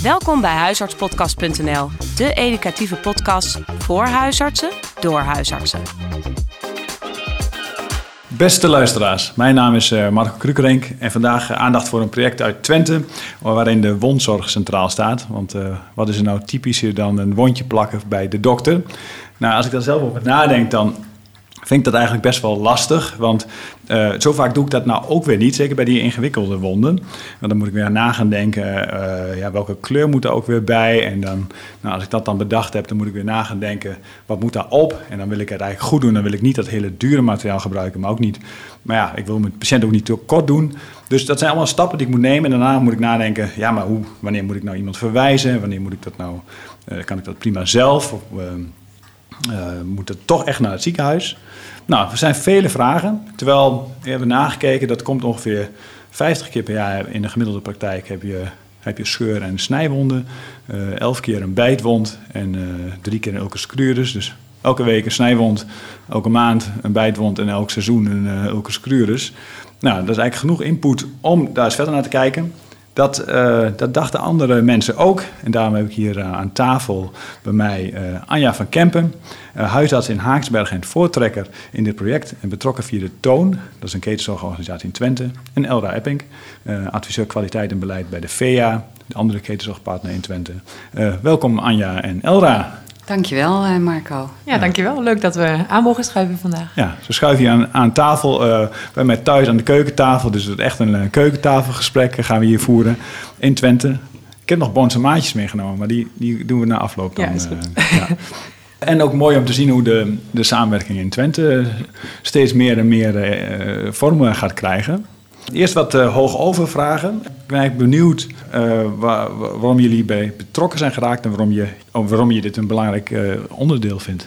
Welkom bij huisartspodcast.nl, de educatieve podcast voor huisartsen, door huisartsen. Beste luisteraars, mijn naam is Marco Krukerenk en vandaag aandacht voor een project uit Twente waarin de wondzorg centraal staat. Want wat is er nou typischer dan een wondje plakken bij de dokter? Nou, als ik daar zelf over nadenk, dan vind ik dat eigenlijk best wel lastig, want zo vaak doe ik dat nou ook weer niet, zeker bij die ingewikkelde wonden. Want dan moet ik weer na gaan denken, welke kleur moet er ook weer bij? En dan, als ik dat dan bedacht heb, dan moet ik weer na gaan denken, wat moet daar op? En dan wil ik het eigenlijk goed doen, dan wil ik niet dat hele dure materiaal gebruiken, maar ook niet. Maar ja, ik wil mijn patiënt ook niet te kort doen. Dus dat zijn allemaal stappen die ik moet nemen en daarna moet ik nadenken, maar wanneer moet ik nou iemand verwijzen? Wanneer moet ik dat nou, kan ik dat prima zelf? Of moet het toch echt naar het ziekenhuis? Nou, er zijn vele vragen. Terwijl we hebben nagekeken, dat komt ongeveer 50 keer per jaar in de gemiddelde praktijk heb je scheur- en snijwonden. 11 keer een bijtwond en 3 keer een ulcus crurus. Dus elke week een snijwond, elke maand een bijtwond en elk seizoen een ulcus crurus. Nou, dat is eigenlijk genoeg input om daar eens verder naar te kijken. Dat dachten andere mensen ook. En daarom heb ik hier aan tafel bij mij Anja van Kempen, huisarts in Haaksbergen en voortrekker in dit project en betrokken via de Toon, dat is een ketenzorgorganisatie in Twente, en Elra Epping, adviseur kwaliteit en beleid bij de VEA, de andere ketenzorgpartner in Twente. Welkom Anja en Elra. Dankjewel Marco. Ja, dankjewel. Leuk dat we aan mogen schuiven vandaag. Ja, ze schuiven hier aan tafel, bij mij thuis aan de keukentafel. Dus het is echt een keukentafelgesprek gaan we hier voeren in Twente. Ik heb nog bons en maatjes meegenomen, maar die doen we na afloop dan. Ja. En ook mooi om te zien hoe de samenwerking in Twente steeds meer en meer vormen gaat krijgen. Eerst wat hoogovervragen. Ik ben eigenlijk benieuwd waarom jullie bij betrokken zijn geraakt en waarom je dit een belangrijk onderdeel vindt.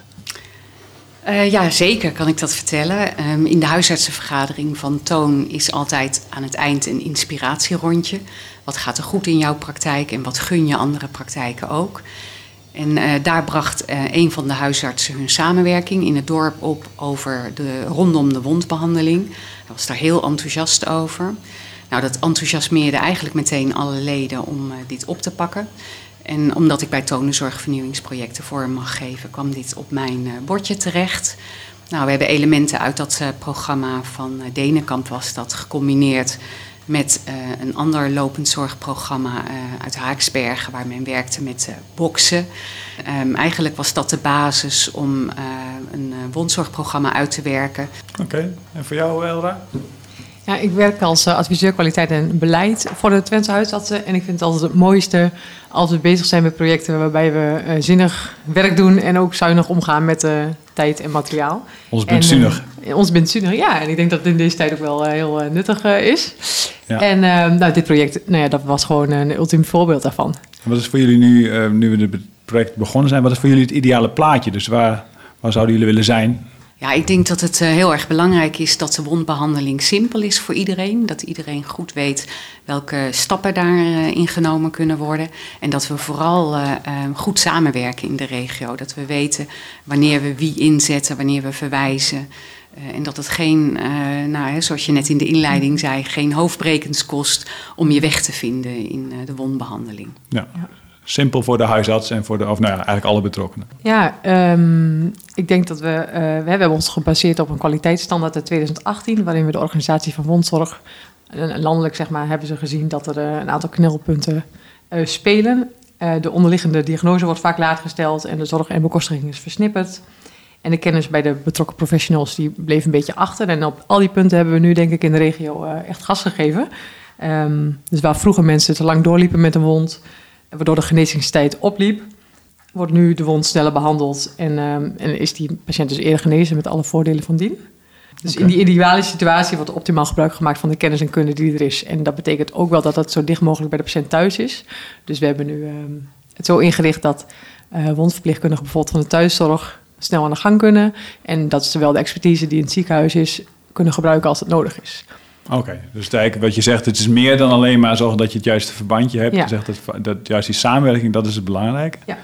Ja, zeker kan ik dat vertellen. In de huisartsenvergadering van Toon is altijd aan het eind een inspiratierondje. Wat gaat er goed in jouw praktijk en wat gun je andere praktijken ook? En daar bracht een van de huisartsen hun samenwerking in het dorp op over rondom de wondbehandeling. Hij was daar heel enthousiast over. Nou, dat enthousiasmeerde eigenlijk meteen alle leden om dit op te pakken. En omdat ik bij Toon de zorgvernieuwingsprojecten vorm mag geven, kwam dit op mijn bordje terecht. Nou, we hebben elementen uit dat programma van Denenkamp was dat gecombineerd met een ander lopend zorgprogramma uit Haaksbergen, waar men werkte met boksen. Eigenlijk was dat de basis om een wondzorgprogramma uit te werken. Oké. En voor jou, Elra? Ja, ik werk als adviseur kwaliteit en beleid voor de Twentse huisartsen. En ik vind het altijd het mooiste als we bezig zijn met projecten waarbij we zinnig werk doen en ook zuinig omgaan met tijd en materiaal. Ons bindt-zuinig. Ons bindt-zuinig, ja. En ik denk dat het in deze tijd ook wel heel nuttig is. Ja. En dit project, dat was gewoon een ultiem voorbeeld daarvan. Wat is voor jullie nu we het project begonnen zijn, wat is voor jullie het ideale plaatje? Dus waar zouden jullie willen zijn? Ja, ik denk dat het heel erg belangrijk is dat de wondbehandeling simpel is voor iedereen. Dat iedereen goed weet welke stappen daarin genomen kunnen worden. En dat we vooral goed samenwerken in de regio. Dat we weten wanneer we wie inzetten, wanneer we verwijzen. En dat het geen, zoals je net in de inleiding zei, geen hoofdbrekens kost om je weg te vinden in de wondbehandeling. Ja. Simpel voor de huisarts en voor eigenlijk alle betrokkenen. Ja, ik denk dat we hebben ons gebaseerd op een kwaliteitsstandaard uit 2018... waarin we de organisatie van wondzorg, landelijk hebben ze gezien dat er een aantal knelpunten spelen. De onderliggende diagnose wordt vaak laat gesteld en de zorg en bekostiging is versnipperd. En de kennis bij de betrokken professionals die bleef een beetje achter. En op al die punten hebben we nu denk ik in de regio echt gas gegeven. Dus waar vroeger mensen te lang doorliepen met een wond, waardoor de genezingstijd opliep, wordt nu de wond sneller behandeld en is die patiënt dus eerder genezen met alle voordelen van dien. Dus in die ideale situatie wordt optimaal gebruik gemaakt van de kennis en kunde die er is. En dat betekent ook wel dat het zo dicht mogelijk bij de patiënt thuis is. Dus we hebben nu het zo ingericht dat wondverpleegkundigen bijvoorbeeld van de thuiszorg snel aan de gang kunnen. En dat ze wel de expertise die in het ziekenhuis is kunnen gebruiken als het nodig is. Oké, dus eigenlijk wat je zegt, het is meer dan alleen maar zorgen dat je het juiste verbandje hebt. Ja. Je zegt dat juist die samenwerking, dat is het belangrijke. Ja.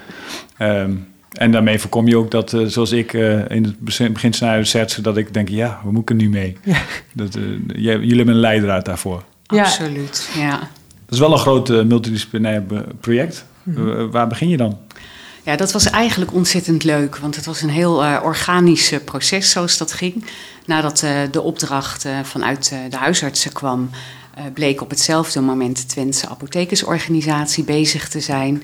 En daarmee voorkom je ook dat, zoals ik in het beginscenario schetste, dat ik denk, ja, waar moet ik er nu mee? Ja. Jullie hebben een leidraad daarvoor. Ja. Absoluut, ja. Dat is wel een groot multidisciplinair project. Waar begin je dan? Ja, dat was eigenlijk ontzettend leuk, want het was een heel organisch proces zoals dat ging. Nadat de opdracht vanuit de huisartsen kwam, bleek op hetzelfde moment de Twentse Apothekersorganisatie bezig te zijn.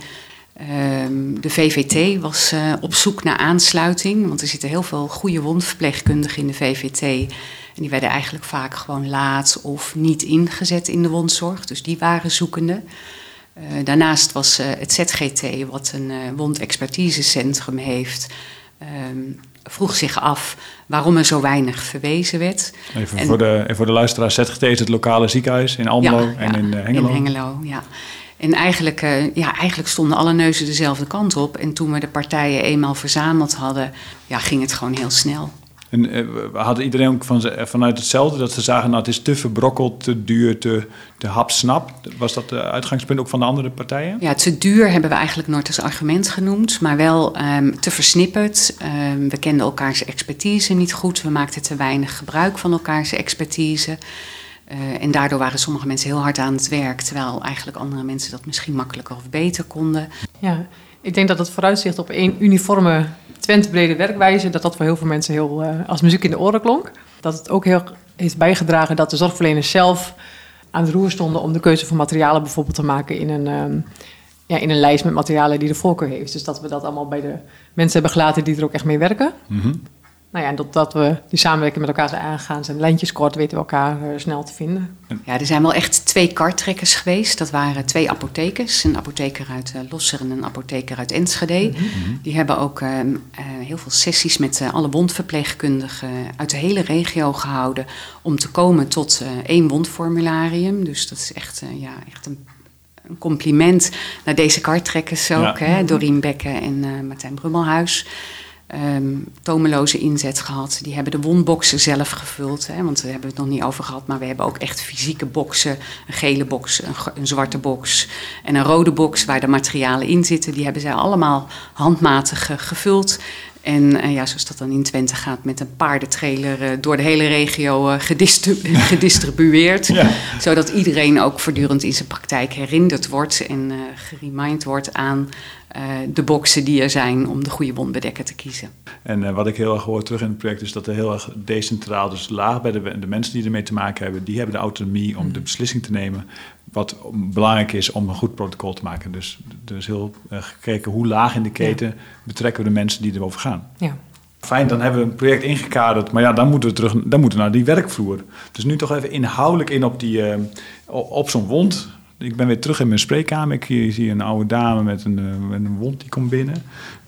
De VVT was op zoek naar aansluiting, want er zitten heel veel goede wondverpleegkundigen in de VVT. En die werden eigenlijk vaak gewoon laat of niet ingezet in de wondzorg, dus die waren zoekende. Daarnaast was het ZGT, wat een wondexpertisecentrum heeft, vroeg zich af waarom er zo weinig verwezen werd. Even voor de luisteraars, ZGT is het lokale ziekenhuis in Almelo en in Hengelo. In Hengelo, ja. En eigenlijk stonden alle neuzen dezelfde kant op. En toen we de partijen eenmaal verzameld hadden, ging het gewoon heel snel. En hadden iedereen ook vanuit hetzelfde, dat ze zagen, het is te verbrokkeld, te duur, te hapsnap? Was dat het uitgangspunt ook van de andere partijen? Ja, te duur hebben we eigenlijk nooit als argument genoemd, maar wel te versnipperd. We kenden elkaars expertise niet goed, we maakten te weinig gebruik van elkaars expertise. En daardoor waren sommige mensen heel hard aan het werk, terwijl eigenlijk andere mensen dat misschien makkelijker of beter konden. Ja, ik denk dat het vooruitzicht op één uniforme Twente-brede werkwijze, dat voor heel veel mensen heel als muziek in de oren klonk. Dat het ook heel heeft bijgedragen dat de zorgverleners zelf aan het roer stonden om de keuze van materialen bijvoorbeeld te maken in een lijst met materialen die de voorkeur heeft. Dus dat we dat allemaal bij de mensen hebben gelaten die er ook echt mee werken. Mm-hmm. Nou ja, en dat we die samenwerking met elkaar zijn aangegaan, zijn lijntjes kort, weten we elkaar snel te vinden. Ja, er zijn wel echt 2 kartrekkers geweest. Dat waren 2 apothekers. Een apotheker uit Losser en een apotheker uit Enschede. Mm-hmm. Die hebben ook heel veel sessies met alle wondverpleegkundigen uit de hele regio gehouden om te komen tot 1 wondformularium. Dus dat is echt een compliment naar deze kartrekkers ook. Ja. Hè? Dorien Bekke en Martijn Brummelhuis. Tomeloze inzet gehad. Die hebben de wondboxen zelf gevuld. Hè, want daar hebben we het nog niet over gehad. Maar we hebben ook echt fysieke boxen. Een gele box, een zwarte box en een rode box waar de materialen in zitten. Die hebben zij allemaal handmatig gevuld. En zoals dat dan in Twente gaat, met een paardentrailer door de hele regio gedistribueerd. Ja. Zodat iedereen ook voortdurend in zijn praktijk herinnerd wordt en geremind wordt aan de boxen die er zijn om de goede wondbedekker te kiezen. En wat ik heel erg hoor terug in het project is dat er heel erg decentraal, dus laag bij de mensen die ermee te maken hebben, die hebben de autonomie om de beslissing te nemen. Wat belangrijk is om een goed protocol te maken. Dus er is heel gekeken hoe laag in de keten betrekken we de mensen die erover gaan. Ja. Fijn, dan hebben we een project ingekaderd. Maar dan moeten we naar die werkvloer. Dus nu toch even inhoudelijk in op zo'n wond. Ik ben weer terug in mijn spreekkamer. Ik zie een oude dame met een wond die komt binnen.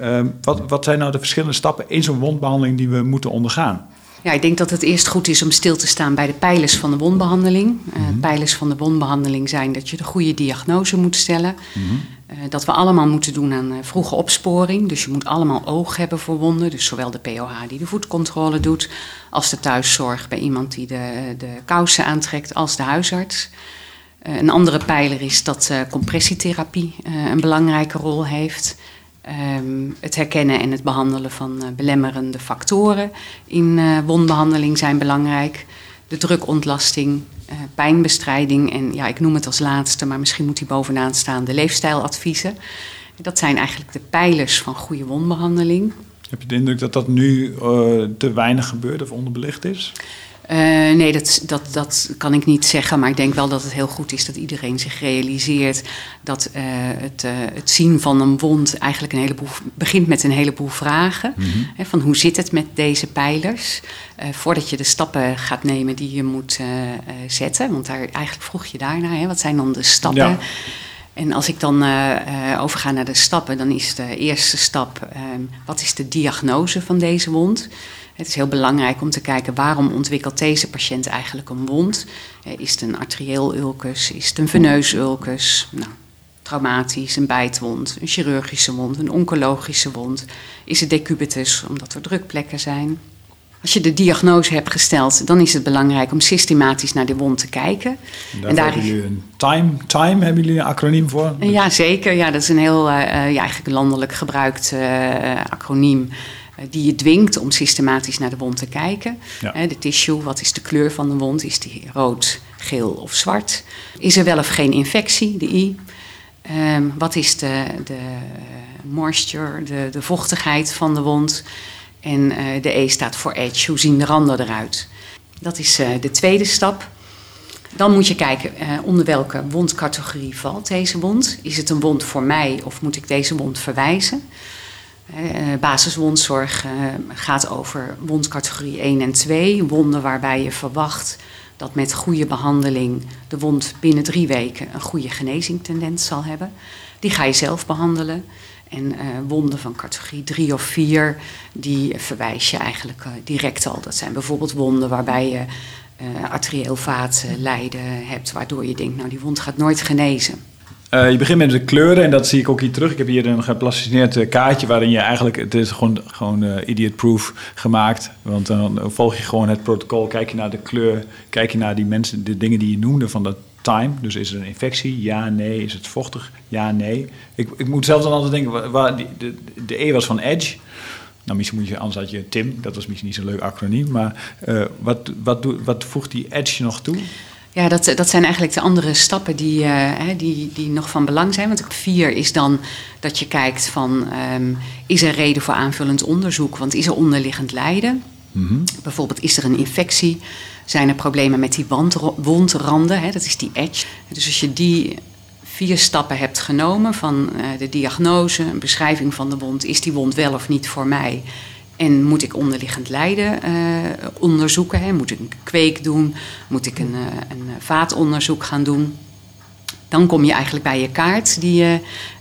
Wat zijn nou de verschillende stappen in zo'n wondbehandeling die we moeten ondergaan? Ja, ik denk dat het eerst goed is om stil te staan bij de pijlers van de wondbehandeling. Pijlers van de wondbehandeling zijn dat je de goede diagnose moet stellen. Mm-hmm. Dat we allemaal moeten doen aan vroege opsporing. Dus je moet allemaal oog hebben voor wonden. Dus zowel de POH die de voetcontrole doet, als de thuiszorg bij iemand die de kousen aantrekt, als de huisarts. Een andere pijler is dat compressietherapie een belangrijke rol heeft. Het herkennen en het behandelen van belemmerende factoren in wondbehandeling zijn belangrijk. De drukontlasting, pijnbestrijding en ik noem het als laatste, maar misschien moet die bovenaan staan, de leefstijladviezen. Dat zijn eigenlijk de pijlers van goede wondbehandeling. Heb je de indruk dat dat nu te weinig gebeurt of onderbelicht is? Nee, dat kan ik niet zeggen. Maar ik denk wel dat het heel goed is dat iedereen zich realiseert dat het zien van een wond eigenlijk begint met een heleboel vragen. Mm-hmm. Van hoe zit het met deze pijlers? Voordat je de stappen gaat nemen die je moet zetten. Want eigenlijk vroeg je daarna, wat zijn dan de stappen? Ja. En als ik dan overga naar de stappen, dan is de eerste stap, wat is de diagnose van deze wond? Het is heel belangrijk om te kijken waarom ontwikkelt deze patiënt eigenlijk een wond. Is het een arterieel ulcus, is het een veneus ulcus, traumatisch, een bijtwond, een chirurgische wond, een oncologische wond. Is het decubitus, omdat er drukplekken zijn. Als je de diagnose hebt gesteld, dan is het belangrijk om systematisch naar de wond te kijken. En daar hebben jullie een time, hebben jullie een acroniem voor? Ja, zeker. Ja, dat is een heel eigenlijk landelijk gebruikt acroniem. die je dwingt om systematisch naar de wond te kijken. Ja. De tissue, wat is de kleur van de wond? Is die rood, geel of zwart? Is er wel of geen infectie, de I? Wat is de moisture, de vochtigheid van de wond? En de E staat voor edge. Hoe zien de randen eruit? Dat is de tweede stap. Dan moet je kijken onder welke wondcategorie valt deze wond. Is het een wond voor mij of moet ik deze wond verwijzen? Basiswondzorg gaat over wondcategorie 1 en 2. Wonden waarbij je verwacht dat met goede behandeling de wond binnen 3 weken een goede genezingtendens zal hebben. Die ga je zelf behandelen. En wonden van categorie 3 of 4, die verwijs je eigenlijk direct al. Dat zijn bijvoorbeeld wonden waarbij je arterieel vaatlijden hebt, waardoor je denkt, nou die wond gaat nooit genezen. Je begint met de kleuren en dat zie ik ook hier terug. Ik heb hier een geplastificeerd kaartje waarin je eigenlijk... Het is gewoon idiot-proof gemaakt. Want dan volg je gewoon het protocol. Kijk je naar de kleur. Kijk je naar die mensen, de dingen die je noemde van de time. Dus is er een infectie? Ja, nee. Is het vochtig? Ja, nee. Ik moet zelfs dan altijd denken... De E was van edge. Nou, misschien moet je... Anders had je Tim. Dat was misschien niet zo'n leuk acroniem. Maar wat voegt die edge nog toe? Ja, dat zijn eigenlijk de andere stappen die nog van belang zijn. Want 4 is dan dat je kijkt van... is er reden voor aanvullend onderzoek? Want is er onderliggend lijden? Mm-hmm. Bijvoorbeeld is er een infectie? Zijn er problemen met die wondranden? Dat is die edge. Dus als je die 4 stappen hebt genomen van de diagnose... een beschrijving van de wond... is die wond wel of niet voor mij... En moet ik onderliggend lijden onderzoeken? Hè? Moet ik een kweek doen? Moet ik een vaatonderzoek gaan doen? Dan kom je eigenlijk bij je kaart die je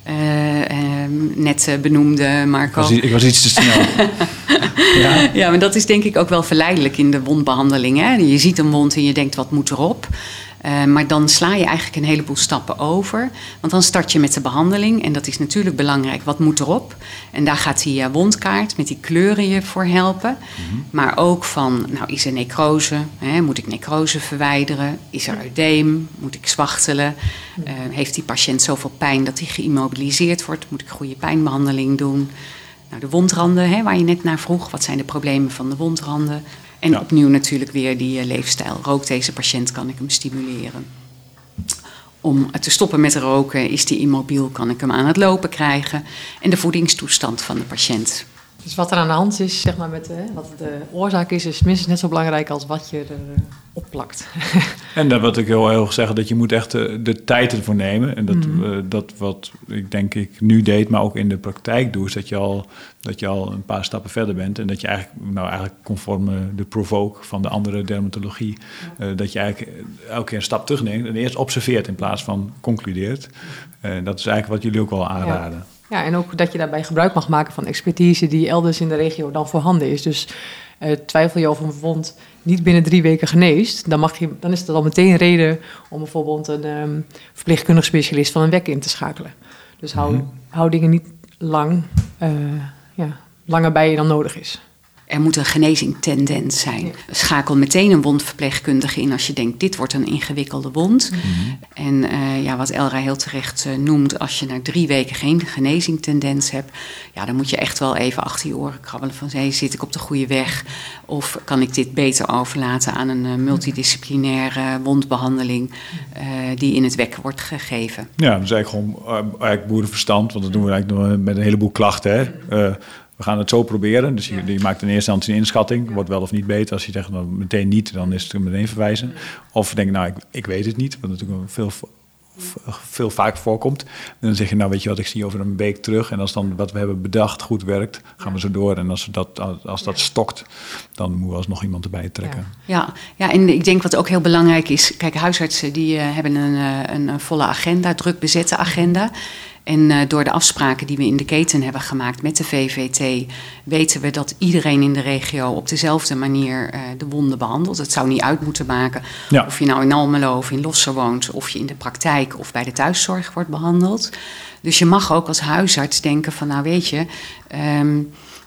net benoemde, Marco. Ik was iets te snel. Ja, maar dat is denk ik ook wel verleidelijk in de wondbehandeling. Hè? Je ziet een wond en je denkt, wat moet erop? Maar dan sla je eigenlijk een heleboel stappen over. Want dan start je met de behandeling. En dat is natuurlijk belangrijk. Wat moet erop? En daar gaat die wondkaart met die kleuren je voor helpen. Mm-hmm. Maar ook van, nou, is er necrose? Moet ik necrose verwijderen? Is er eudeem? Moet ik zwachtelen? Heeft die patiënt zoveel pijn dat hij geïmmobiliseerd wordt? Moet ik goede pijnbehandeling doen? Nou, de wondranden, waar je net naar vroeg. Wat zijn de problemen van de wondranden? En opnieuw natuurlijk weer die leefstijl. Rookt deze patiënt, kan ik hem stimuleren. Om te stoppen met roken, is die immobiel, kan ik hem aan het lopen krijgen. En de voedingstoestand van de patiënt. Dus wat er aan de hand is, zeg maar, met wat de oorzaak is minstens net zo belangrijk als wat je erop plakt. En dat wat ik heel erg zeg, dat je moet echt de tijd ervoor nemen. En dat wat ik nu deed, maar ook in de praktijk doe, is dat je al een paar stappen verder bent. En dat je eigenlijk conform de Provoke van de andere dermatologie, dat je eigenlijk elke keer een stap terugneemt en eerst observeert in plaats van concludeert. Dat is eigenlijk wat jullie ook wel aanraden. Ja. Ja, en ook dat je daarbij gebruik mag maken van expertise die elders in de regio dan voorhanden is. Dus twijfel je of een wond niet binnen 3 weken geneest, dan is het al meteen reden om bijvoorbeeld een verpleegkundig specialist van een WEC in te schakelen. Dus hou dingen niet langer bij je dan nodig is. Er moet een genezingtendens zijn. Ja. Schakel meteen een wondverpleegkundige in als je denkt, dit wordt een ingewikkelde wond. Mm-hmm. En wat Elra heel terecht noemt, als je na 3 weken geen genezingtendens hebt, dan moet je echt wel even achter je oren krabbelen van, zit ik op de goede weg? Of kan ik dit beter overlaten aan een multidisciplinaire wondbehandeling die in het WEC wordt gegeven? Ja, dat is eigenlijk gewoon boerenverstand, want dat doen we eigenlijk met een heleboel klachten, hè. We gaan het zo proberen. Dus je maakt in eerste instantie een inschatting. Wordt wel of niet beter. Als je zegt meteen niet, dan is het meteen verwijzen. Of denk ik weet het niet. Wat natuurlijk veel vaker voorkomt. En dan zeg je, weet je wat, ik zie over een week terug. En als dan wat we hebben bedacht goed werkt, gaan we zo door. En als dat stokt, dan moeten we alsnog iemand erbij trekken. Ja, en ik denk wat ook heel belangrijk is. Kijk, huisartsen die hebben een volle agenda, druk bezette agenda. En door de afspraken die we in de keten hebben gemaakt met de VVT, weten we dat iedereen in de regio op dezelfde manier de wonden behandelt. Het zou niet uit moeten maken of je nou in Almelo of in Losser woont, of je in de praktijk of bij de thuiszorg wordt behandeld. Dus je mag ook als huisarts denken van,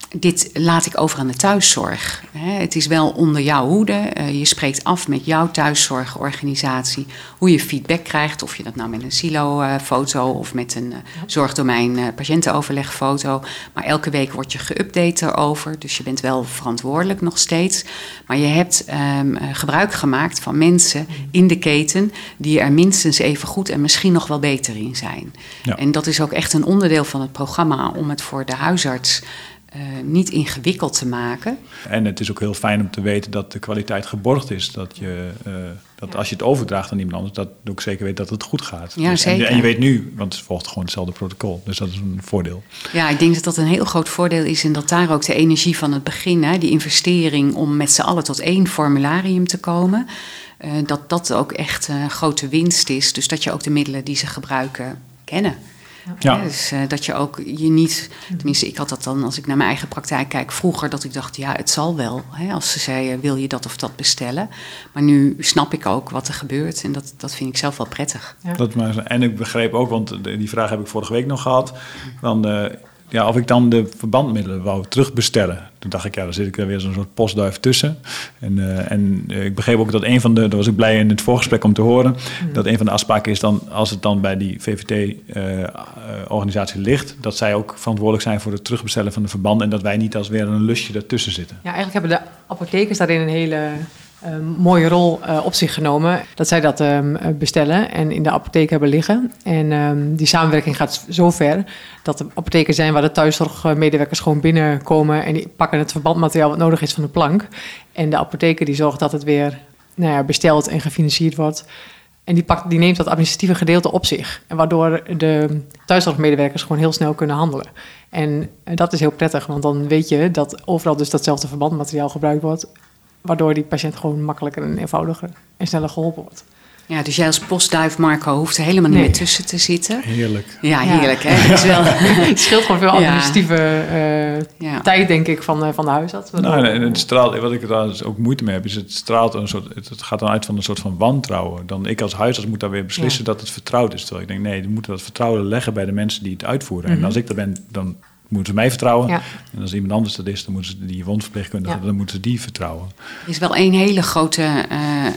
dit laat ik over aan de thuiszorg. Het is wel onder jouw hoede. Je spreekt af met jouw thuiszorgorganisatie hoe je feedback krijgt. Of je dat nou met een silo-foto of met een zorgdomein patiëntenoverlegfoto. Maar elke week word je geüpdate erover. Dus je bent wel verantwoordelijk nog steeds. Maar je hebt gebruik gemaakt van mensen in de keten die er minstens even goed en misschien nog wel beter in zijn. Ja. En dat is ook echt een onderdeel van het programma om het voor de huisarts niet ingewikkeld te maken. En het is ook heel fijn om te weten dat de kwaliteit geborgd is. Dat als je het overdraagt aan iemand anders, dat je ook zeker weet dat het goed gaat. Ja, dus, zeker. En je weet nu, want het volgt gewoon hetzelfde protocol. Dus dat is een voordeel. Ja, ik denk dat dat een heel groot voordeel is. En dat daar ook de energie van het begin, die investering om met z'n allen tot 1 formularium te komen, dat ook echt een grote winst is. Dus dat je ook de middelen die ze gebruiken kennen. Ja. Dus dat je ook je niet, tenminste ik had dat dan als ik naar mijn eigen praktijk kijk vroeger, dat ik dacht het zal wel. Als ze zeiden wil je dat of dat bestellen. Maar nu snap ik ook wat er gebeurt en dat vind ik zelf wel prettig. Ja. En ik begreep ook, want die vraag heb ik vorige week nog gehad, of ik dan de verbandmiddelen wou terugbestellen. Toen dacht ik, dan zit ik er weer zo'n soort postduif tussen. En ik begreep ook dat daar was ik blij in het voorgesprek om te horen, dat een van de afspraken is dan, als het dan bij die VVT-organisatie ligt, dat zij ook verantwoordelijk zijn voor het terugbestellen van de verbanden en dat wij niet als weer een lusje ertussen zitten. Ja, eigenlijk hebben de apothekers daarin een hele mooie rol op zich genomen. Dat zij dat bestellen en in de apotheek hebben liggen. En die samenwerking gaat zo ver dat er apotheken zijn waar de thuiszorgmedewerkers gewoon binnenkomen en die pakken het verbandmateriaal wat nodig is van de plank. En de apotheker die zorgt dat het weer besteld en gefinancierd wordt. En die neemt dat administratieve gedeelte op zich. En waardoor de thuiszorgmedewerkers gewoon heel snel kunnen handelen. En dat is heel prettig, want dan weet je dat overal dus datzelfde verbandmateriaal gebruikt wordt, waardoor die patiënt gewoon makkelijker en eenvoudiger en sneller geholpen wordt. Ja, dus jij als postduif, Marco, hoeft er helemaal niet meer tussen te zitten. Heerlijk. Ja, heerlijk. Hè? Het, is wel het scheelt gewoon veel administratieve tijd, denk ik, van de huisarts. En het straalt, wat ik er dus ook moeite mee heb, is het straalt het gaat dan uit van een soort van wantrouwen. Dan ik als huisarts moet daar weer beslissen dat het vertrouwd is. Terwijl ik denk, nee, we moeten dat vertrouwen leggen bij de mensen die het uitvoeren. En als ik er ben, dan moeten ze mij vertrouwen. Ja. En als iemand anders dat is, dan moeten ze die wondverpleegkundige, dan moeten ze die vertrouwen. Er is wel één hele grote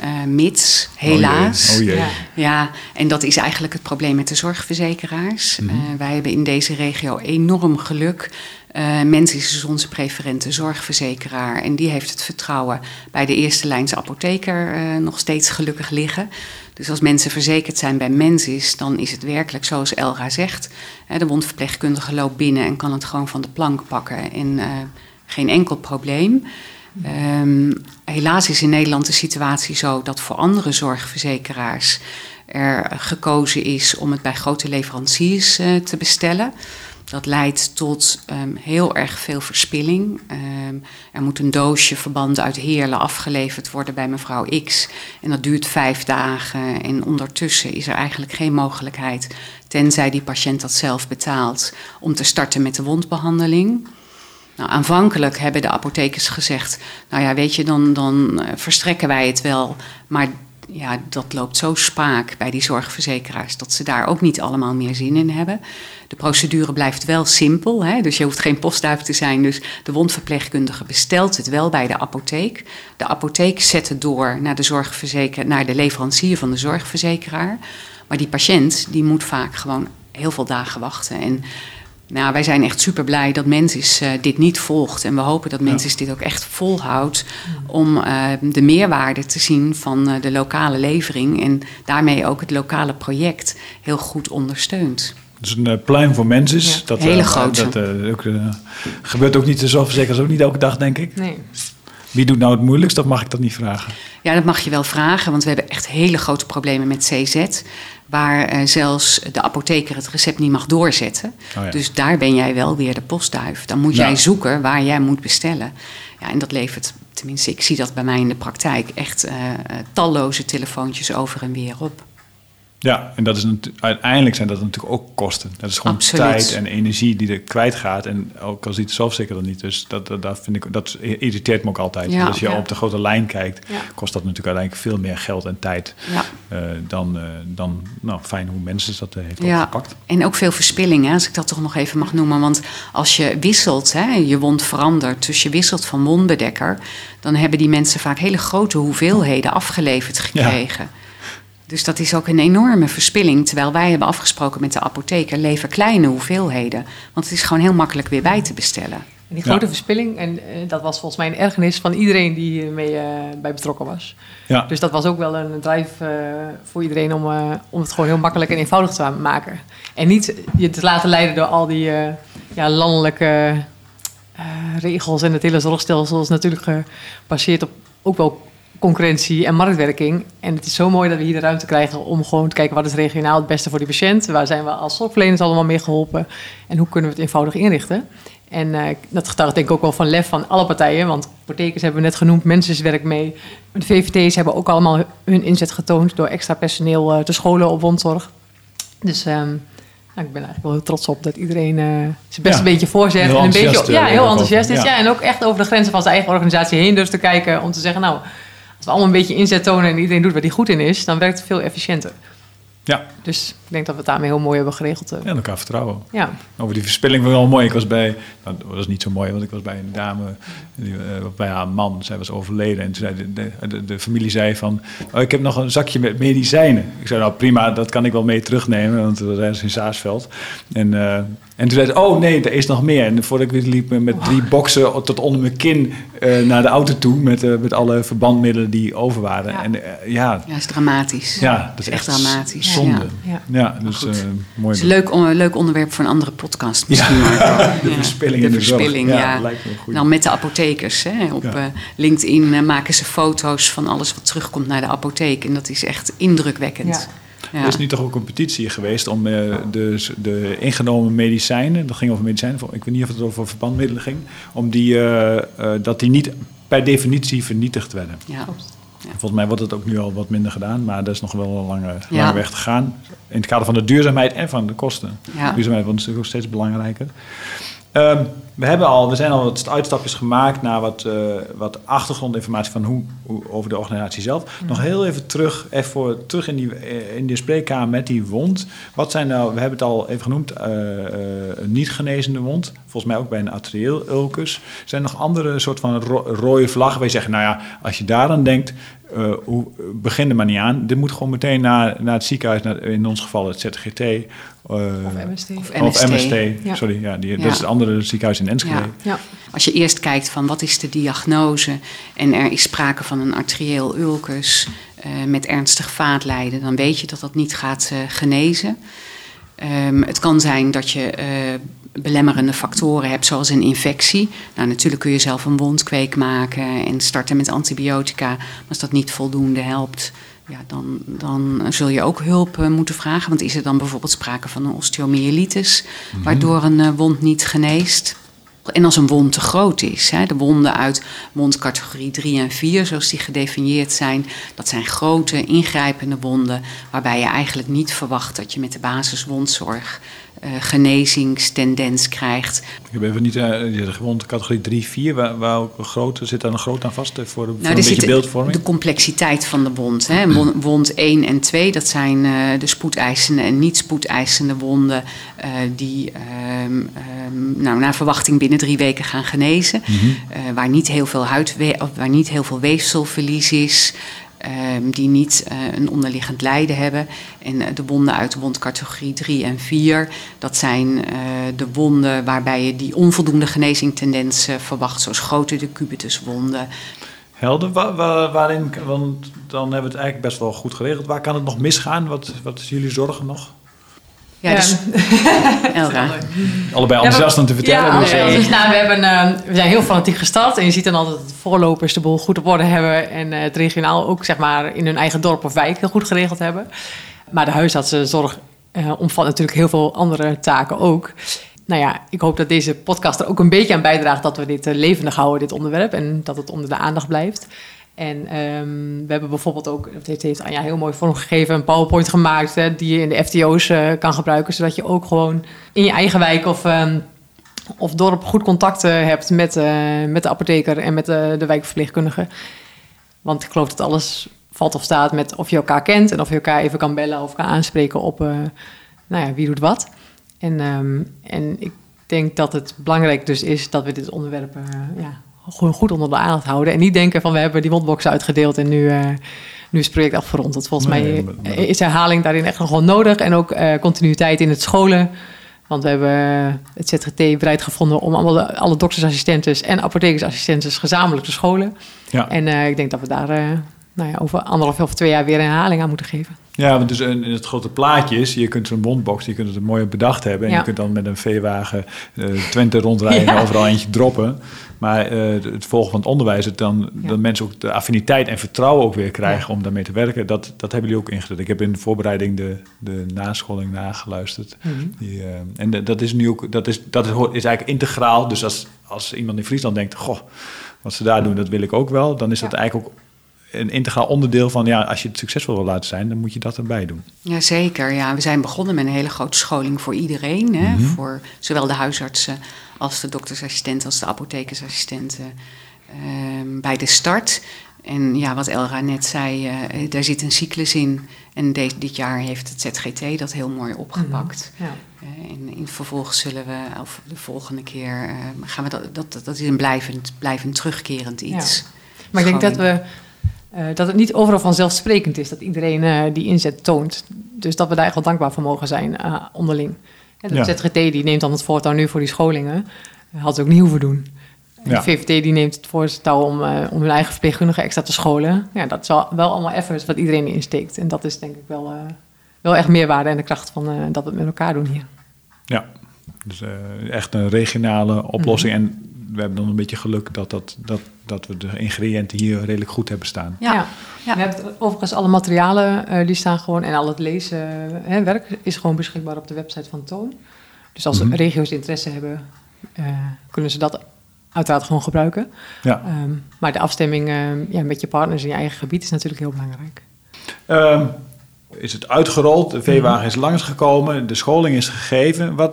mits, helaas. Oh jee. Ja, en dat is eigenlijk het probleem met de zorgverzekeraars. Wij hebben in deze regio enorm geluk. Mensis is onze preferente zorgverzekeraar. En die heeft het vertrouwen bij de eerste lijns apotheker nog steeds gelukkig liggen. Dus als mensen verzekerd zijn bij Mensis, dan is het werkelijk zoals Elga zegt. De wondverpleegkundige loopt binnen en kan het gewoon van de plank pakken. En geen enkel probleem. Helaas is in Nederland de situatie zo dat voor andere zorgverzekeraars er gekozen is om het bij grote leveranciers te bestellen. Dat leidt tot heel erg veel verspilling. Er moet een doosje verband uit Heerlen afgeleverd worden bij mevrouw X. En dat duurt 5 dagen. En ondertussen is er eigenlijk geen mogelijkheid, tenzij die patiënt dat zelf betaalt, om te starten met de wondbehandeling. Nou, aanvankelijk hebben de apothekers gezegd, weet je, dan verstrekken wij het wel. Maar ja, dat loopt zo spaak bij die zorgverzekeraars dat ze daar ook niet allemaal meer zin in hebben. De procedure blijft wel simpel, dus je hoeft geen postduif te zijn. Dus de wondverpleegkundige bestelt het wel bij de apotheek. De apotheek zet het door naar de leverancier van de zorgverzekeraar. Maar die patiënt die moet vaak gewoon heel veel dagen wachten. En wij zijn echt super blij dat Mensis dit niet volgt. En we hopen dat Mensis dit ook echt volhoudt om de meerwaarde te zien van de lokale levering. En daarmee ook het lokale project heel goed ondersteunt. Dus een pluim voor Mensis. Ja, hele grote. Dat gebeurt ook niet, de zorgverzekeraars ook niet elke dag, denk ik. Nee. Wie doet nou het moeilijkst, of mag ik dat niet vragen? Ja, dat mag je wel vragen, want we hebben echt hele grote problemen met CZ. Waar zelfs de apotheker het recept niet mag doorzetten. Oh ja. Dus daar ben jij wel weer de postduif. Dan moet jij zoeken waar jij moet bestellen. Ja, en dat levert, tenminste ik zie dat bij mij in de praktijk, echt talloze telefoontjes over en weer op. Ja, en dat is uiteindelijk zijn dat natuurlijk ook kosten. Dat is gewoon Absoluut. tijd en energie die er kwijtgaat. En ook al ziet het zelfzeker niet. Dus dat irriteert me ook altijd. Ja. Dus als je op de grote lijn kijkt, Ja. kost dat natuurlijk uiteindelijk veel meer geld en tijd Ja. dan fijn hoe mensen dat heeft Ja, opgepakt. en ook veel verspilling, hè, als ik dat toch nog even mag noemen. Want als je wisselt, hè, je wond verandert, dus je wisselt van wondbedekker, dan hebben die mensen vaak hele grote hoeveelheden afgeleverd gekregen. Ja. Dus dat is ook een enorme verspilling. Terwijl wij hebben afgesproken met de apotheker, lever kleine hoeveelheden. Want het is gewoon heel makkelijk weer bij te bestellen. En die grote verspilling, en dat was volgens mij een ergernis van iedereen die hiermee bij betrokken was. Ja. Dus dat was ook wel een drive voor iedereen om het gewoon heel makkelijk en eenvoudig te maken. En niet je te laten leiden door al die landelijke regels. En het hele zorgstelsel is natuurlijk gebaseerd op ook wel concurrentie en marktwerking. En het is zo mooi dat we hier de ruimte krijgen om gewoon te kijken wat is regionaal het beste voor die patiënt. Waar zijn we als zorgverleners allemaal mee geholpen? En hoe kunnen we het eenvoudig inrichten? En dat getuigt denk ik ook wel van lef van alle partijen. Want apothekers hebben we net genoemd, Mensis werkt mee. De VVT's hebben ook allemaal hun inzet getoond door extra personeel te scholen op wondzorg. Dus ik ben eigenlijk wel heel trots op dat iedereen zijn best een beetje voorzet. Heel en een beetje, heel enthousiast is. Ja. Ja, en ook echt over de grenzen van zijn eigen organisatie heen durft te kijken. Om te zeggen, nou, als we allemaal een beetje inzet tonen en iedereen doet wat hij goed in is, dan werkt het veel efficiënter. Ja. Dus ik denk dat we het daarmee heel mooi hebben geregeld. En elkaar vertrouwen. Ja. Over die verspilling was wel mooi. Ik was bij, dat was niet zo mooi, want ik was bij een dame, bij haar man, zij was overleden. En toen zei de familie zei van, ik heb nog een zakje met medicijnen. Ik zei, nou prima, dat kan ik wel mee terugnemen, want we zijn in Saarsveld. En toen zei ze, oh nee, er is nog meer. En voordat ik weer liep met 3 boksen tot onder mijn kin naar de auto toe, met alle verbandmiddelen die over waren. Ja. En Ja, dat is dramatisch. ja, dat is echt dramatisch. zonde. Ja. Ja, dus mooi. Het is een leuk onderwerp voor een andere podcast misschien. Ja. De verspilling De in de zorg. verspilling, ja. Lijkt me een goeie. Dan met de apothekers. Hè. Op LinkedIn maken ze foto's van alles wat terugkomt naar de apotheek. En dat is echt indrukwekkend. Ja. Er is nu toch ook een petitie geweest om de ingenomen medicijnen, dat ging over medicijnen, ik weet niet of het over verbandmiddelen ging, om dat die niet per definitie vernietigd werden. Ja. Ja. Volgens mij wordt het ook nu al wat minder gedaan, maar dat is nog wel een lange weg te gaan. In het kader van de duurzaamheid en van de kosten. Ja. Duurzaamheid wordt natuurlijk ook steeds belangrijker. We zijn al wat uitstapjes gemaakt naar wat achtergrondinformatie van hoe over de organisatie zelf. Nog heel even terug in die spreekkamer met die wond. Wat zijn nou, we hebben het al even genoemd, een niet genezende wond. Volgens mij ook bij een arterieel ulcus. Zijn er nog andere soort van rode vlaggen waar je zegt, nou ja, als je daaraan denkt, begin er maar niet aan. Dit moet gewoon meteen naar het ziekenhuis, in ons geval het ZGT. Of MST. Of MST. Ja. Sorry, dat is het andere ziekenhuis in Enschede. Ja. Ja. Als je eerst kijkt van wat is de diagnose en er is sprake van een arterieel ulcus met ernstig vaatlijden, dan weet je dat dat niet gaat genezen. Het kan zijn dat je belemmerende factoren hebt, zoals een infectie. Nou, natuurlijk kun je zelf een wondkweek maken en starten met antibiotica. Maar als dat niet voldoende helpt, ja, dan zul je ook hulp moeten vragen. Want is er dan bijvoorbeeld sprake van een osteomyelitis, waardoor een wond niet geneest? En als een wond te groot is, de wonden uit wondcategorie 3 en 4, zoals die gedefinieerd zijn, dat zijn grote, ingrijpende wonden, waarbij je eigenlijk niet verwacht dat je met de basiswondzorg genezingstendens krijgt. Ik heb even niet de wondcategorie 3, 4, zit daar een groot aan vast voor een beetje beeldvorming? De complexiteit van de wond. Wond 1 en 2, dat zijn de spoedeisende en niet spoedeisende wonden die naar verwachting binnen 3 weken gaan genezen. Waar niet heel veel weefselverlies is. Die niet een onderliggend lijden hebben. En de wonden uit de wondcategorie 3 en 4... dat zijn de wonden waarbij je die onvoldoende genezingtendens verwacht, zoals grote decubituswonden. Helder, waarin, want dan hebben we het eigenlijk best wel goed geregeld. Waar kan het nog misgaan? Wat is jullie zorgen nog? Ja, dus Elra. Allebei enthousiast om te vertellen. Ja, we zijn heel fanatiek gestart. En je ziet dan altijd dat de voorlopers de boel goed op orde hebben. En het regionaal ook zeg maar in hun eigen dorp of wijk heel goed geregeld hebben. Maar de huisartsenzorg omvat natuurlijk heel veel andere taken ook. Nou ja, ik hoop dat deze podcast er ook een beetje aan bijdraagt dat we dit levendig houden, dit onderwerp. En dat het onder de aandacht blijft. En we hebben bijvoorbeeld ook, dat heeft Anja heel mooi vormgegeven, een PowerPoint gemaakt die je in de FTO's kan gebruiken, zodat je ook gewoon in je eigen wijk of dorp goed contact hebt met de apotheker en met de wijkverpleegkundige. Want ik geloof dat alles valt of staat met of je elkaar kent en of je elkaar even kan bellen of kan aanspreken op wie doet wat. En ik denk dat het belangrijk dus is dat we dit onderwerp gewoon goed onder de aandacht houden. En niet denken van we hebben die wondboxen uitgedeeld en nu is het project afgerond. Want volgens mij is herhaling daarin echt nog wel nodig. En ook continuïteit in het scholen. Want we hebben het ZGT bereid gevonden om alle doktersassistentes en apothekersassistentes gezamenlijk te scholen. Ja. En ik denk dat we daar over 1,5 of 2 jaar weer een herhaling aan moeten geven. Ja, want dus in het grote plaatje is, je kunt zo'n wondbox, je kunt het mooi bedacht hebben. En je kunt dan met een veewagen Twente rondrijden en overal eentje droppen. Maar het volgen van het onderwijs, dat mensen ook de affiniteit en vertrouwen ook weer krijgen om daarmee te werken. Dat hebben jullie ook ingezet. Ik heb in de voorbereiding de nascholing nageluisterd. Mm-hmm. En dat is nu ook, dat is eigenlijk integraal. Dus als iemand in Friesland denkt, goh, wat ze daar doen, dat wil ik ook wel. Dan is dat eigenlijk ook een integraal onderdeel van, als je het succesvol wil laten zijn, dan moet je dat erbij doen. Jazeker, ja. We zijn begonnen met een hele grote scholing voor iedereen. Hè? Mm-hmm. Voor zowel de huisartsen als de doktersassistenten als de apothekersassistenten bij de start. En wat Elra net zei, daar zit een cyclus in. En dit jaar heeft het ZGT dat heel mooi opgepakt. Mm-hmm. Ja. En in vervolgens zullen we, of de volgende keer, gaan we dat is een blijvend terugkerend iets. Ja. Maar ik denk dat het niet overal vanzelfsprekend is dat iedereen die inzet toont. Dus dat we daar echt wel dankbaar voor mogen zijn onderling. De ZGT die neemt dan het voortouw nu voor die scholingen. Had het ook niet hoeven doen. De VVT die neemt het voortouw om hun eigen verpleegkundigen extra te scholen. Ja, dat is wel allemaal effort wat iedereen insteekt. En dat is denk ik wel echt meerwaarde en de kracht van dat we het met elkaar doen hier. Ja, dus echt een regionale oplossing. Mm-hmm. En we hebben dan een beetje geluk dat we de ingrediënten hier redelijk goed hebben staan. Ja. We hebben overigens alle materialen, die staan gewoon, en al het leeswerk is gewoon beschikbaar op de website van Toon. Dus als regio's interesse hebben, kunnen ze dat uiteraard gewoon gebruiken. Ja. Maar de afstemming met je partners in je eigen gebied is natuurlijk heel belangrijk. Is het uitgerold, de veewagen is langsgekomen, de scholing is gegeven. Wat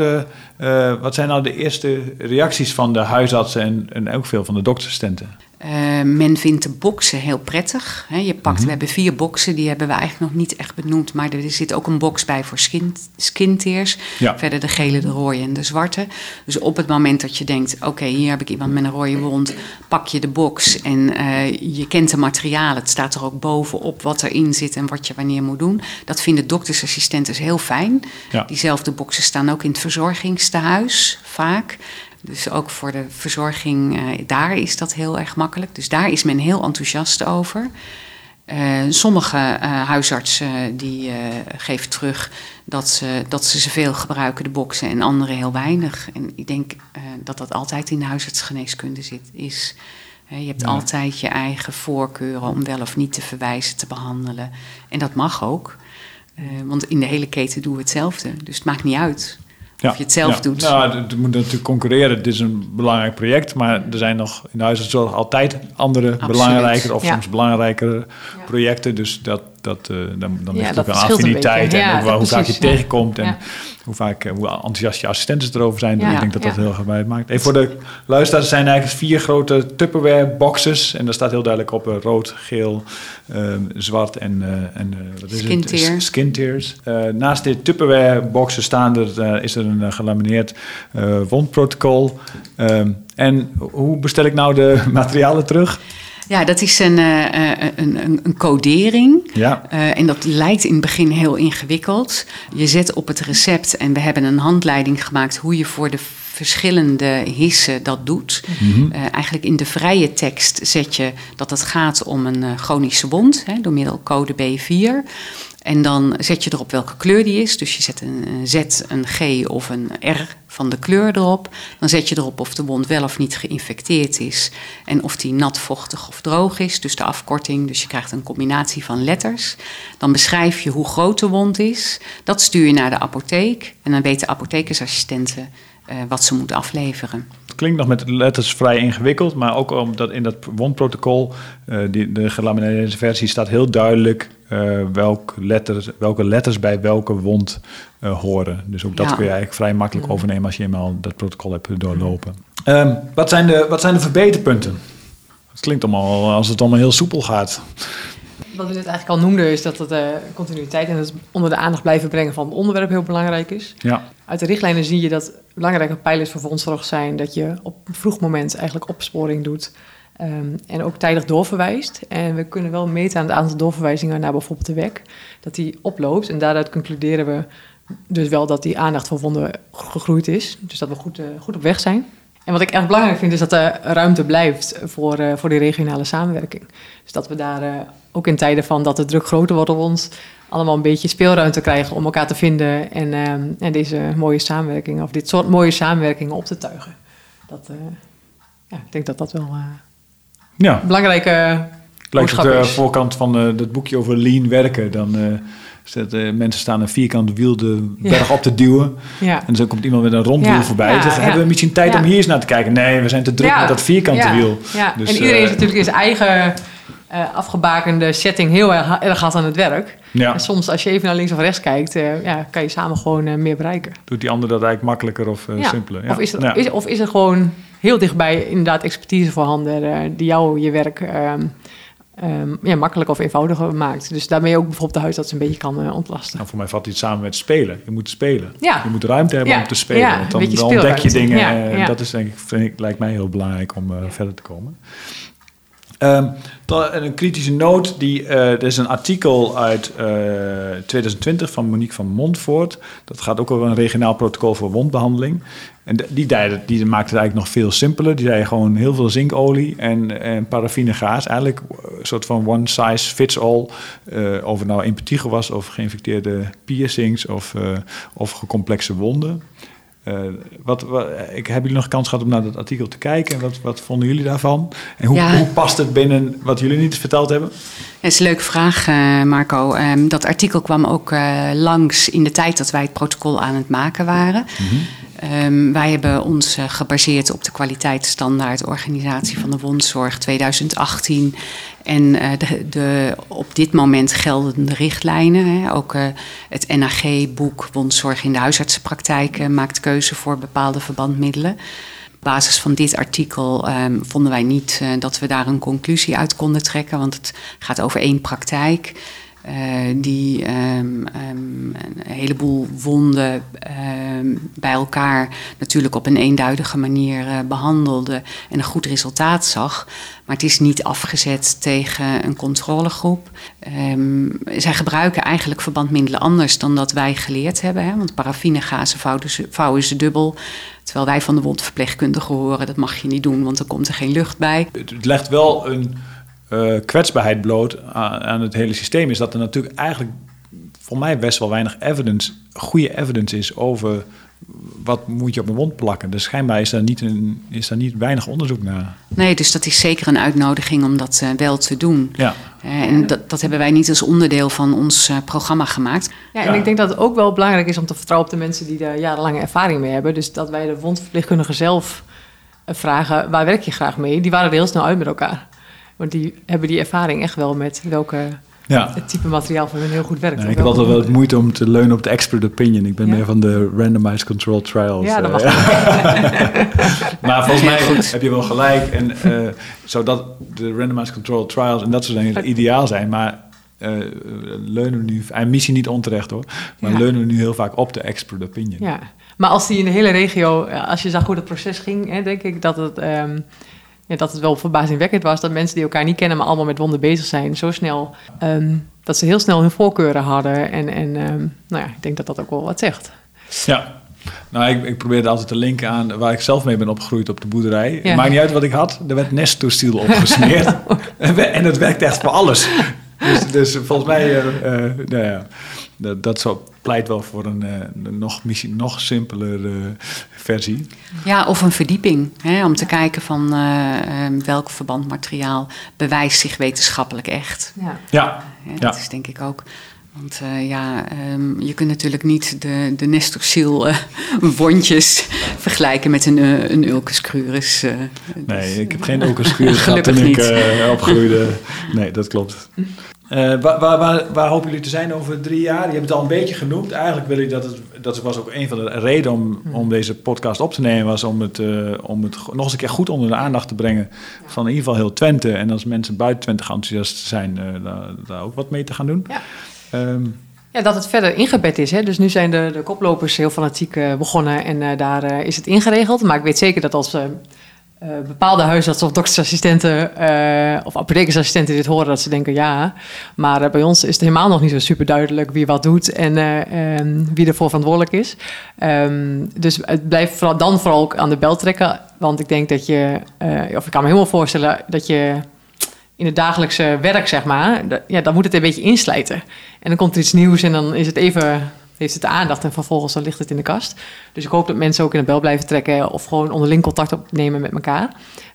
zijn nou de eerste reacties van de huisartsen en ook veel van de doktersassistenten? Men vindt de boxen heel prettig. We hebben 4 boxen, die hebben we eigenlijk nog niet echt benoemd. Maar er zit ook een box bij voor skintears. Ja. Verder de gele, de rode en de zwarte. Dus op het moment dat je denkt, oké, hier heb ik iemand met een rode wond, pak je de box en je kent de materialen. Het staat er ook bovenop wat erin zit en wat je wanneer moet doen. Dat vinden doktersassistenten heel fijn. Ja. Diezelfde boxen staan ook in het verzorgingstehuis vaak. Dus ook voor de verzorging, daar is dat heel erg makkelijk. Dus daar is men heel enthousiast over. Sommige huisartsen die geven terug dat ze veel gebruiken, de boxen, en anderen heel weinig. En ik denk dat altijd in de huisartsgeneeskunde is. Je hebt altijd je eigen voorkeuren om wel of niet te verwijzen, te behandelen. En dat mag ook. Want in de hele keten doen we hetzelfde. Dus het maakt niet uit of je het zelf doet. Nou, het moet natuurlijk concurreren. Dit is een belangrijk project. Maar er zijn nog in de huisartszorg altijd andere belangrijker of soms belangrijkere projecten. Dus dan ligt het ook aan affiniteit en ook wel hoe vaak je tegenkomt en hoe enthousiast je assistenten erover zijn. Ik denk dat heel erg bij maakt. Even voor de luisteraars, zijn eigenlijk 4 grote Tupperware boxes. En daar staat heel duidelijk op rood, geel, zwart en wat is het? Skintears. Naast de Tupperware boxen is er een gelamineerd wondprotocol. En hoe bestel ik nou de materialen terug? Ja, dat is een codering. Ja. En dat lijkt in het begin heel ingewikkeld. Je zet op het recept en we hebben een handleiding gemaakt hoe je voor de verschillende hissen dat doet. Mm-hmm. Eigenlijk in de vrije tekst zet je dat het gaat om een chronische wond, door middel code B4. En dan zet je erop welke kleur die is. Dus je zet een Z, een G of een R van de kleur erop. Dan zet je erop of de wond wel of niet geïnfecteerd is. En of die nat, vochtig of droog is. Dus de afkorting. Dus je krijgt een combinatie van letters. Dan beschrijf je hoe groot de wond is. Dat stuur je naar de apotheek. En dan weten apothekersassistenten wat ze moeten afleveren. Het klinkt nog met letters vrij ingewikkeld, maar ook omdat in dat wondprotocol, de gelamineerde versie, staat heel duidelijk welke letters bij welke wond horen. Dus ook dat kun je eigenlijk vrij makkelijk overnemen als je eenmaal dat protocol hebt doorlopen. Wat zijn de verbeterpunten? Het klinkt allemaal als het allemaal heel soepel gaat. Wat we net eigenlijk al noemden is dat de continuïteit en het onder de aandacht blijven brengen van het onderwerp heel belangrijk is. Ja. Uit de richtlijnen zie je dat belangrijke pijlers voor wondzorg zijn dat je op een vroeg moment eigenlijk opsporing doet en ook tijdig doorverwijst. En we kunnen wel meten aan het aantal doorverwijzingen naar bijvoorbeeld de WEC, dat die oploopt. En daaruit concluderen we dus wel dat die aandacht voor wonden gegroeid is. Dus dat we goed op weg zijn. En wat ik erg belangrijk vind is dat er ruimte blijft voor die regionale samenwerking. Dus dat we daar ook in tijden van dat de druk groter wordt op ons allemaal een beetje speelruimte krijgen om elkaar te vinden en deze mooie samenwerkingen of dit soort mooie samenwerkingen op te tuigen. Ik denk dat dat wel belangrijke Lijkt boodschap op de is. voorkant van het boekje over lean werken. Dan mensen staan een vierkant wiel de berg op te duwen. Ja. En dan komt iemand met een rondwiel voorbij. Dus hebben we misschien tijd om hier eens naar te kijken? Nee, we zijn te druk met dat vierkante wiel. Ja. Dus, en iedereen is natuurlijk in zijn eigen afgebakende setting heel erg hard aan het werk. Ja. En soms als je even naar links of rechts kijkt, kan je samen gewoon meer bereiken. Doet die ander dat eigenlijk makkelijker of simpeler? Ja. Of is er gewoon heel dichtbij inderdaad expertise voorhanden die jou je werk makkelijker of eenvoudiger maakt. Dus daarmee ook bijvoorbeeld de huisarts een beetje kan ontlasten. Nou, voor mij vat iets samen met spelen. Je moet spelen. Ja. Je moet ruimte hebben om te spelen. Ja, want dan ontdek je dingen. Dat is lijkt mij heel belangrijk om verder te komen. Een kritische noot. Er is een artikel uit 2020 van Monique van Montvoort. Dat gaat ook over een regionaal protocol voor wondbehandeling. En die maakt het eigenlijk nog veel simpeler. Die zei gewoon heel veel zinkolie en paraffinegaas. Eigenlijk een soort van one size fits all. Of het nou impetigo was of geïnfecteerde piercings of complexe wonden. Hebben jullie nog kans gehad om naar dat artikel te kijken? Wat vonden jullie daarvan? En hoe past het binnen wat jullie niet verteld hebben? Dat is een leuke vraag, Marco. Dat artikel kwam ook langs in de tijd dat wij het protocol aan het maken waren. Mm-hmm. Wij hebben ons gebaseerd op de kwaliteitsstandaard Organisatie van de Wondzorg 2018... En de op dit moment geldende richtlijnen. Hè, ook het NAG-boek Wondzorg in de huisartsenpraktijk maakt keuze voor bepaalde verbandmiddelen. Op basis van dit artikel vonden wij niet dat we daar een conclusie uit konden trekken. Want het gaat over één praktijk die een heleboel wonden bij elkaar natuurlijk op een eenduidige manier behandelde en een goed resultaat zag. Maar het is niet afgezet tegen een controlegroep. Zij gebruiken eigenlijk verbandmiddelen anders dan dat wij geleerd hebben. Hè? Want paraffinegazen vouwen ze dubbel. Terwijl wij van de wondverpleegkundige horen, dat mag je niet doen, want dan komt er geen lucht bij. Het legt wel een kwetsbaarheid bloot aan het hele systeem. Is dat er natuurlijk eigenlijk voor mij best wel weinig goede evidence is over wat moet je op een wond plakken. Dus schijnbaar is daar niet weinig onderzoek naar. Nee, dus dat is zeker een uitnodiging om dat wel te doen. Ja. En dat hebben wij niet als onderdeel van ons programma gemaakt. Ja, en ik denk dat het ook wel belangrijk is om te vertrouwen op de mensen die daar jarenlange ervaring mee hebben. Dus dat wij de wondverpleegkundigen zelf vragen, waar werk je graag mee? Die waren er heel snel uit met elkaar. Want die hebben die ervaring echt wel met het type materiaal van hun heel goed werkt. Ik heb altijd wel moeite om te leunen op de expert opinion. Ik ben meer van de randomized controlled trials. Ja, dat mag Maar volgens mij heb je wel gelijk. En zodat de randomized controlled trials en dat soort dingen ideaal zijn. Maar leunen we nu, en misschien niet onterecht hoor, maar leunen we nu heel vaak op de expert opinion. Ja, maar als die in de hele regio, als je zag hoe het proces ging, denk ik dat het wel verbazingwekkend was dat mensen die elkaar niet kennen, maar allemaal met wonden bezig zijn, zo snel, dat ze heel snel hun voorkeuren hadden. Ik denk dat dat ook wel wat zegt. Ja, nou, ik probeerde altijd te linken aan waar ik zelf mee ben opgegroeid op de boerderij. Ja. Het maakt niet uit wat ik had, er werd nesttoestiel opgesmeerd. En het werkte echt voor alles. Dus volgens mij, dat pleit wel voor een misschien nog simpeler versie. Ja, of een verdieping. Hè, om te kijken van welk verbandmateriaal bewijst zich wetenschappelijk echt. Dat is denk ik ook. Want je kunt natuurlijk niet de Nestorsil wondjes vergelijken met een Ulcus crurus. Nee, ik heb geen Ulcus crurus gehad toen ik opgroeide. Nee, dat klopt. Waar hopen jullie te zijn over 3 jaar? Je hebt het al een beetje genoemd. Eigenlijk wil je dat was ook een van de redenen om deze podcast op te nemen, was om het nog eens een keer goed onder de aandacht te brengen van in ieder geval heel Twente. En als mensen buiten Twente enthousiast zijn, daar ook wat mee te gaan doen. Ja. Dat het verder ingebed is. Hè? Dus nu zijn de koplopers heel fanatiek begonnen en daar is het ingeregeld. Maar ik weet zeker dat als bepaalde huisartsen of doktersassistenten of apothekersassistenten dit horen, dat ze denken ja. Maar bij ons is het helemaal nog niet zo super duidelijk wie wat doet en wie ervoor verantwoordelijk is. Dus het blijft vooral ook aan de bel trekken. Want ik denk dat ik kan me helemaal voorstellen dat je in het dagelijkse werk, zeg maar, dan moet het een beetje inslijten. En dan komt er iets nieuws en dan is het heeft het de aandacht en vervolgens dan ligt het in de kast. Dus ik hoop dat mensen ook in de bel blijven trekken of gewoon onderling contact opnemen met elkaar.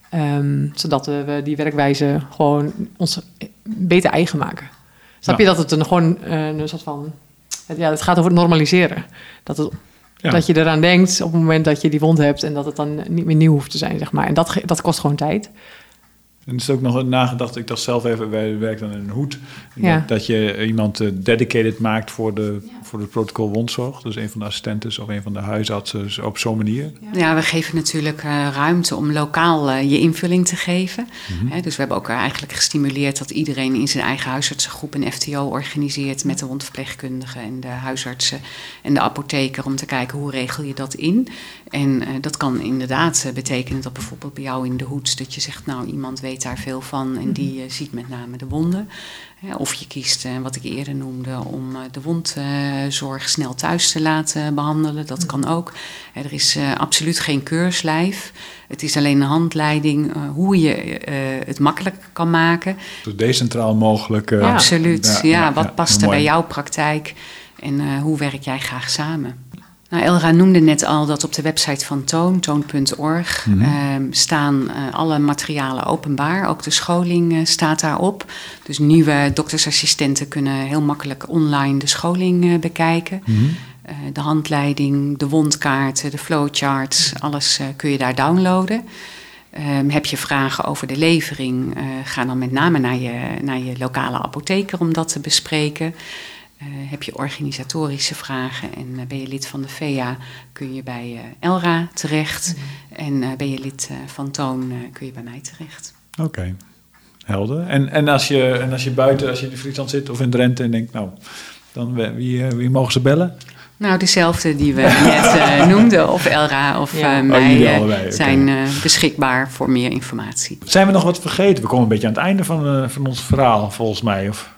Zodat we die werkwijze gewoon ons beter eigen maken. Snap je dat het een soort van... het gaat over het normaliseren. Dat je eraan denkt op het moment dat je die wond hebt en dat het dan niet meer nieuw hoeft te zijn, zeg maar. En dat kost gewoon tijd. En er is ook nog nagedacht, ik dacht zelf even, wij werken dan in een hoed, dat je iemand dedicated maakt voor het protocol wondzorg. Dus een van de assistenten of een van de huisartsen op zo'n manier. Ja, we geven natuurlijk ruimte om lokaal je invulling te geven. Mm-hmm. Dus we hebben ook eigenlijk gestimuleerd dat iedereen in zijn eigen huisartsengroep een FTO organiseert met de wondverpleegkundigen en de huisartsen en de apotheker om te kijken hoe regel je dat in. En dat kan inderdaad betekenen dat bijvoorbeeld bij jou in de hoed dat je zegt, nou iemand weet daar veel van en die ziet met name de wonden. Of je kiest, wat ik eerder noemde, om de wondzorg snel thuis te laten behandelen. Dat kan ook. Er is absoluut geen keurslijf. Het is alleen een handleiding hoe je het makkelijk kan maken. Zo decentraal mogelijk. Absoluut. Wat past er bij jouw praktijk en hoe werk jij graag samen? Nou, Elra noemde net al dat op de website van toon.org, staan alle materialen openbaar. Ook de scholing staat daarop. Dus nieuwe doktersassistenten kunnen heel makkelijk online de scholing bekijken. Mm-hmm. De handleiding, de wondkaarten, de flowcharts, alles kun je daar downloaden. Heb je vragen over de levering, ga dan met name naar je lokale apotheker om dat te bespreken. Heb je organisatorische vragen en ben je lid van de VEA, kun je bij Elra terecht. En ben je lid van Toon, kun je bij mij terecht. Oké, helder. En als je buiten, als je in Friesland zit of in Drenthe en denkt, nou, dan wie mogen ze bellen? Nou, dezelfde die we net noemden, of Elra of mij, zijn beschikbaar voor meer informatie. Zijn we nog wat vergeten? We komen een beetje aan het einde van ons verhaal, volgens mij. Of...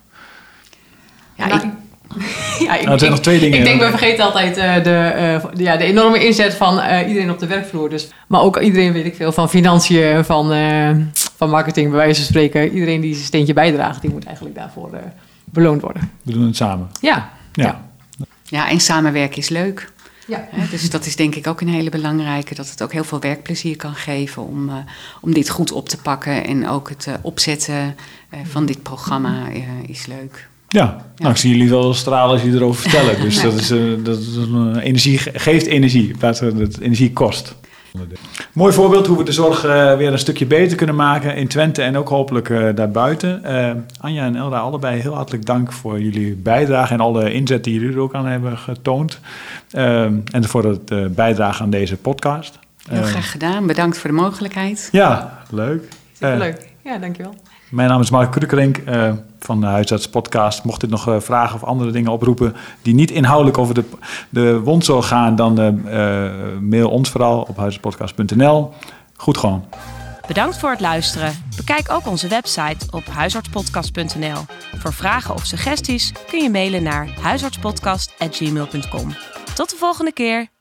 Er zijn nog 2 dingen. Ik denk, we vergeten altijd de enorme inzet van iedereen op de werkvloer. Dus, maar ook iedereen, weet ik veel, van financiën, van marketing, bij wijze van spreken. Iedereen die zijn steentje bijdraagt, die moet eigenlijk daarvoor beloond worden. We doen het samen. Ja, en samenwerken is leuk. Ja. Dus dat is denk ik ook een hele belangrijke, dat het ook heel veel werkplezier kan geven om dit goed op te pakken. En ook het opzetten van dit programma is leuk. Ja, nou, ik zie jullie wel stralen als jullie erover vertellen. Dus dat is energie, geeft energie, in plaats van dat het energie kost. Mooi voorbeeld hoe we de zorg weer een stukje beter kunnen maken in Twente en ook hopelijk daarbuiten. Anja en Elra, allebei heel hartelijk dank voor jullie bijdrage en alle inzet die jullie er ook aan hebben getoond. En voor het bijdragen aan deze podcast. Heel graag gedaan, bedankt voor de mogelijkheid. Ja, leuk. Superleuk, dankjewel. Mijn naam is Mark Krukerenk van de Huisarts Podcast. Mocht dit nog vragen of andere dingen oproepen die niet inhoudelijk over de wondzorg gaan, dan mail ons vooral op huisartspodcast.nl. Goed gewoon. Bedankt voor het luisteren. Bekijk ook onze website op huisartspodcast.nl. Voor vragen of suggesties kun je mailen naar huisartspodcast@gmail.com. Tot de volgende keer.